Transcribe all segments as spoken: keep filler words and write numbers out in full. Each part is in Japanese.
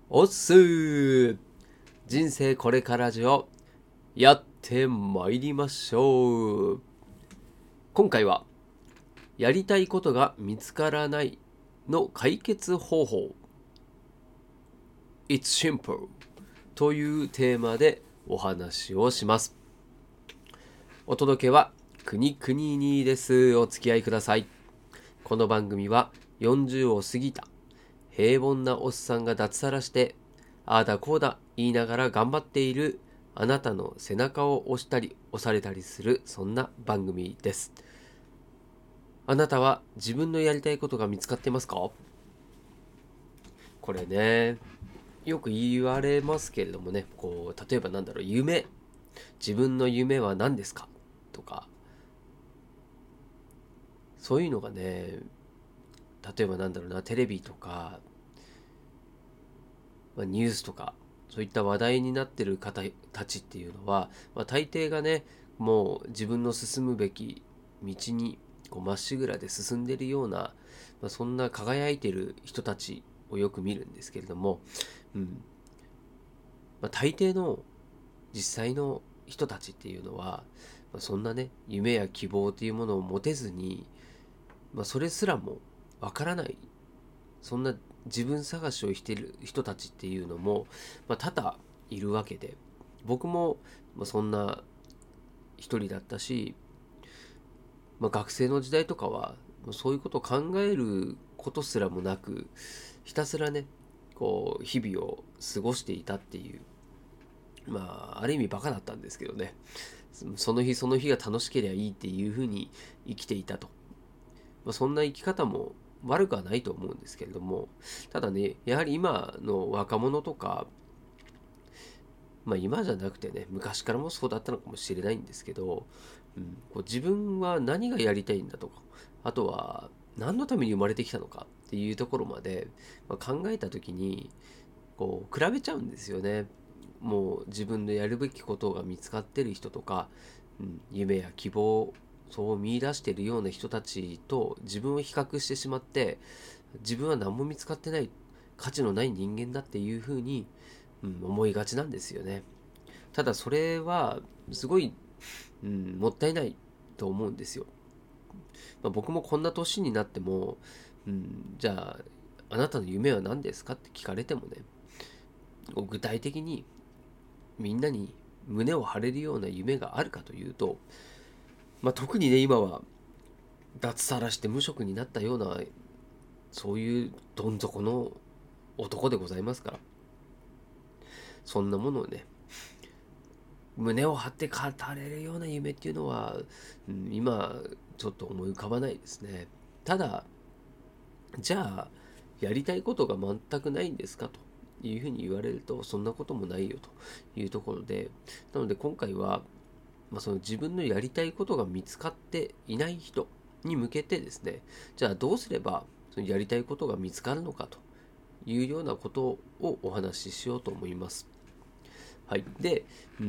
おっすー人生これからじをやってまいりましょう。今回はやりたいことが見つからないの解決方法 It's simple というテーマでお話をします。お届けはくにくににです。お付き合いください。この番組はよんじゅうを過ぎた平凡なおっさんが脱サラしてああだこうだ言いながら頑張っているあなたの背中を押したり押されたりする、そんな番組です。あなたは自分のやりたいことが見つかってますか？これね、よく言われますけれどもね、こう例えばなんだろう、夢自分の夢は何ですかとか、そういうのがね、例えばなんだろうな、テレビとか、まあ、ニュースとかそういった話題になってる方たちっていうのは、まあ、大抵がね、もう自分の進むべき道にこうまっしぐらで進んでいるような、まあ、そんな輝いている人たちをよく見るんですけれども、うんまあ、大抵の実際の人たちっていうのは、まあ、そんなね夢や希望というものを持てずに、まあ、それすらもわからない、そんな自分探しをしている人たちっていうのも、まあ、多々いるわけで、僕もまあそんな一人だったし、まあ、学生の時代とかはそういうことを考えることすらもなく、ひたすらねこう日々を過ごしていたっていう、まあある意味バカだったんですけどね、その日その日が楽しければいいっていうふうに生きていたと、まあ、そんな生き方も悪くはないと思うんですけれども、ただね、やはり今の若者とか、まあ今じゃなくてね、昔からもそうだったのかもしれないんですけど、うん、こう自分は何がやりたいんだとか、あとは何のために生まれてきたのかっていうところまで、まあ、考えた時に、こう比べちゃうんですよね。もう自分のやるべきことが見つかってる人とか、うん、夢や希望そう見出しているような人たちと自分を比較してしまって、自分は何も見つかってない、価値のない人間だっていうふうに、うん、思いがちなんですよね。ただそれはすごい、うん、もったいないと思うんですよ。まあ、僕もこんな年になっても、うん、じゃああなたの夢は何ですかって聞かれてもね、具体的にみんなに胸を張れるような夢があるかというと、まあ、特にね今は脱サラして無職になったような、そういうどん底の男でございますから、そんなものをね胸を張って語れるような夢っていうのは、うん、今ちょっと思い浮かばないですね。ただじゃあやりたいことが全くないんですかというふうに言われると、そんなこともないよというところで、なので今回は、まあ、その自分のやりたいことが見つかっていない人に向けてですね、じゃあどうすればそのやりたいことが見つかるのかというようなことをお話ししようと思います。はい。で、うん、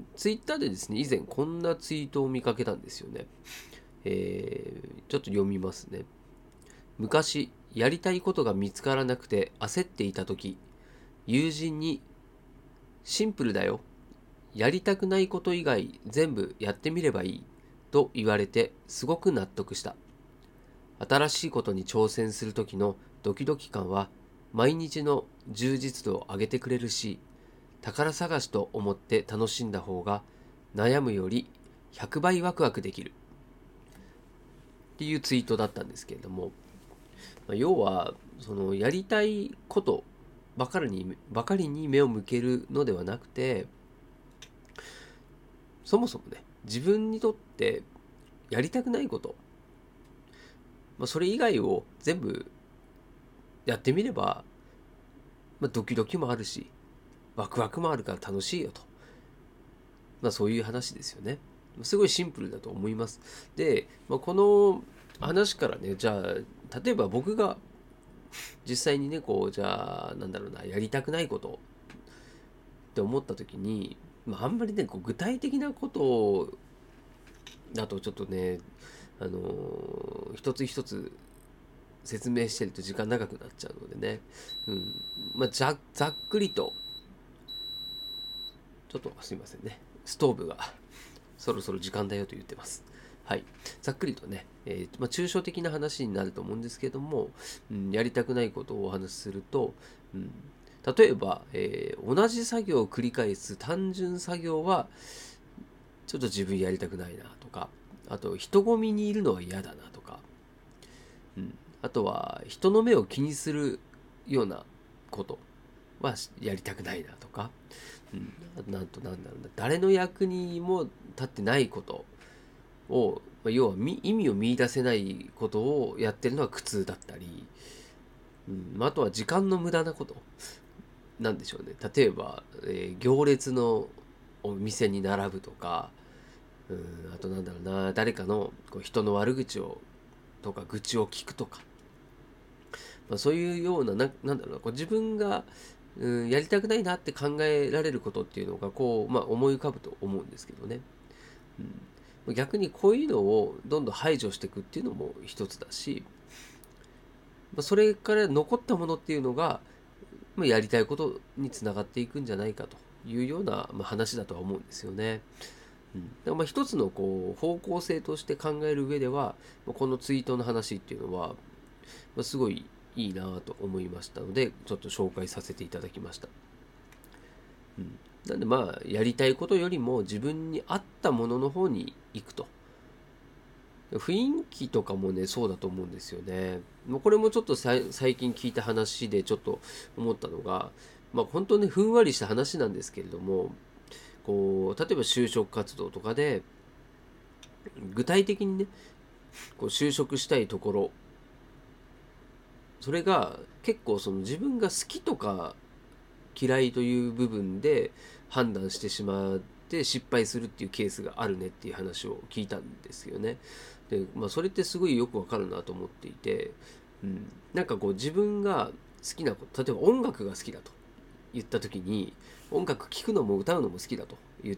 ツイッターでですね、以前こんなツイートを見かけたんですよね。えー、ちょっと読みますね。昔、やりたいことが見つからなくて焦っていた時、友人にシンプルだよ。やりたくないこと以外全部やってみればいいと言われてすごく納得した。新しいことに挑戦する時のドキドキ感は毎日の充実度を上げてくれるし、宝探しと思って楽しんだ方が悩むよりひゃくばいワクワクできるっていうツイートだったんですけれども、要はそのやりたいことばかりにばかりに目を向けるのではなくて、そもそもね自分にとってやりたくないこと、まあ、それ以外を全部やってみれば、まあ、ドキドキもあるしワクワクもあるから楽しいよと、まあ、そういう話ですよね。すごいシンプルだと思います。で、まあ、この話からね、じゃあ例えば僕が実際にねこう、じゃあなんだろうな、やりたくないことって思った時に、まあ、あんまりねこう具体的なことだとちょっとね、あのー一つ一つ説明してると時間長くなっちゃうのでね、うんまあ、ざざっくりとちょっとすいませんね、ストーブがそろそろ時間だよと言ってます。はい、ざっくりとね、えーまあ、抽象的な話になると思うんですけども、うん、やりたくないことをお話しすると、うん、例えば、えー同じ作業を繰り返す単純作業はちょっと自分やりたくないなとか、あと人混みにいるのは嫌だなとか、うん、あとは人の目を気にするようなことはやりたくないなとか、うん、なんとなんだろうな、誰の役にも立ってないことを、まあ要は意味を見出せないことをやってるのは苦痛だったり、うん、あとは時間の無駄なことなんでしょうね。例えば、えー行列のお店に並ぶとか、うん、あとなんだろうな、誰かのこう人の悪口をとか愚痴を聞くとか、まあ、そういうような、な、なんだろうな、こう自分が、うん、やりたくないなって考えられることっていうのがこう、まあ、思い浮かぶと思うんですけどね。うん、逆にこういうのをどんどん排除していくっていうのも一つだし、まあ、それから残ったものっていうのが、まあ、やりたいことにつながっていくんじゃないかというような、まあ、話だとは思うんですよね。うん、だからまあ一つのこう方向性として考える上では、このツイートの話っていうのは、まあ、すごいいいなと思いましたので、ちょっと紹介させていただきました。うん、なんでまあ、やりたいことよりも自分に合ったものの方に行くと。雰囲気とかもね、そうだと思うんですよね。もうこれもちょっと最近聞いた話でちょっと思ったのが、まあ本当ね、ふんわりした話なんですけれども、こう、例えば就職活動とかで、具体的にね、こう就職したいところ、それが結構その自分が好きとか嫌いという部分で判断してしまって失敗するっていうケースがあるねっていう話を聞いたんですよね。で、まあ、それってすごいよくわかるなと思っていて、うん、なんかこう自分が好きなこと、例えば音楽が好きだと言った時に、音楽聴くのも歌うのも好きだと言って、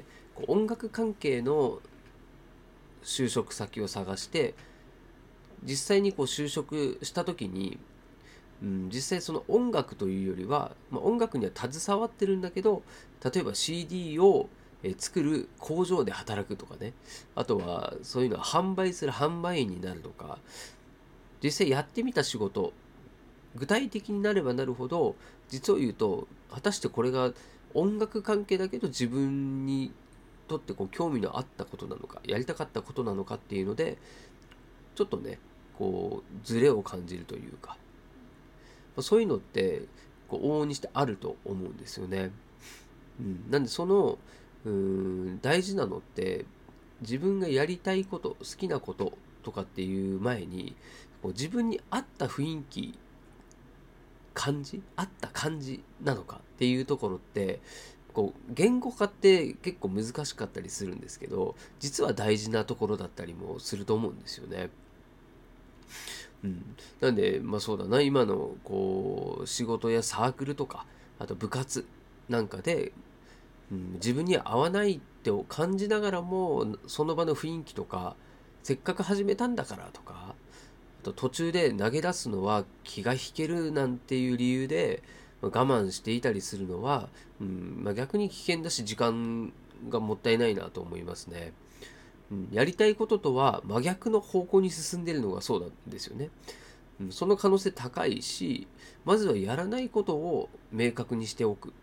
こう音楽関係の就職先を探して、実際にこう就職した時に、うん、実際その音楽というよりは、まあ、音楽には携わってるんだけど、例えば シーディー を作る工場で働くとかね、あとはそういうのは販売する販売員になるとか、実際やってみた仕事、具体的になればなるほど、実を言うと、果たしてこれが音楽関係だけど自分にとってこう興味のあったことなのか、やりたかったことなのかっていうので、ちょっとね、こう、ズレを感じるというか、そういうのってこう往々にしてあると思うんですよね。うん、なんでそのうーん大事なのって自分がやりたいこと好きなこととかっていう前にこう自分に合った雰囲気感じ合った感じなのかっていうところってこう言語化って結構難しかったりするんですけど実は大事なところだったりもすると思うんですよね。うん、なんで、まあそうだな、今のこう仕事やサークルとか、あと部活なんかで、うん、自分に合わないって感じながらも、その場の雰囲気とか、せっかく始めたんだからとか、あと途中で投げ出すのは気が引けるなんていう理由で、まあ我慢していたりするのは、うんまあ、逆に危険だし、時間がもったいないなと思いますね。うん、やりたいこととは真逆の方向に進んでいるのがそうなんですよね。うん、その可能性高いし、まずはやらないことを明確にしておく。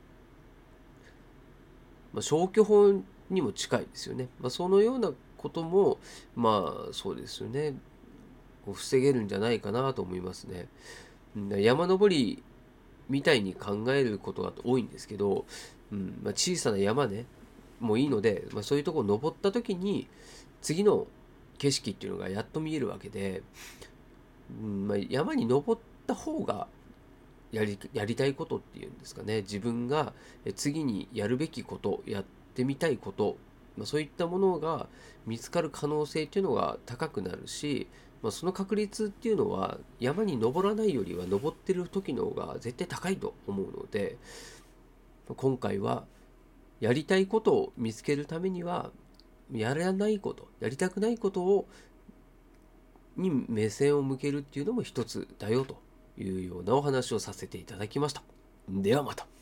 まあ、消去法にも近いですよね。まあ、そのようなことも、まあそうですよね。こう防げるんじゃないかなと思いますね。うん、山登りみたいに考えることが多いんですけど、うんまあ、小さな山ね、もういいので、まあ、そういうところ登った時に、次の景色っていうのがやっと見えるわけで、うんまあ、山に登った方がやり、やりたいことっていうんですかね、自分が次にやるべきこと、やってみたいこと、まあ、そういったものが見つかる可能性っていうのが高くなるし、まあ、その確率っていうのは山に登らないよりは登ってる時の方が絶対高いと思うので、今回はやりたいことを見つけるためにはやらないこと、やりたくないことをに目線を向けるっていうのも一つだよというようなお話をさせていただきました。ではまた。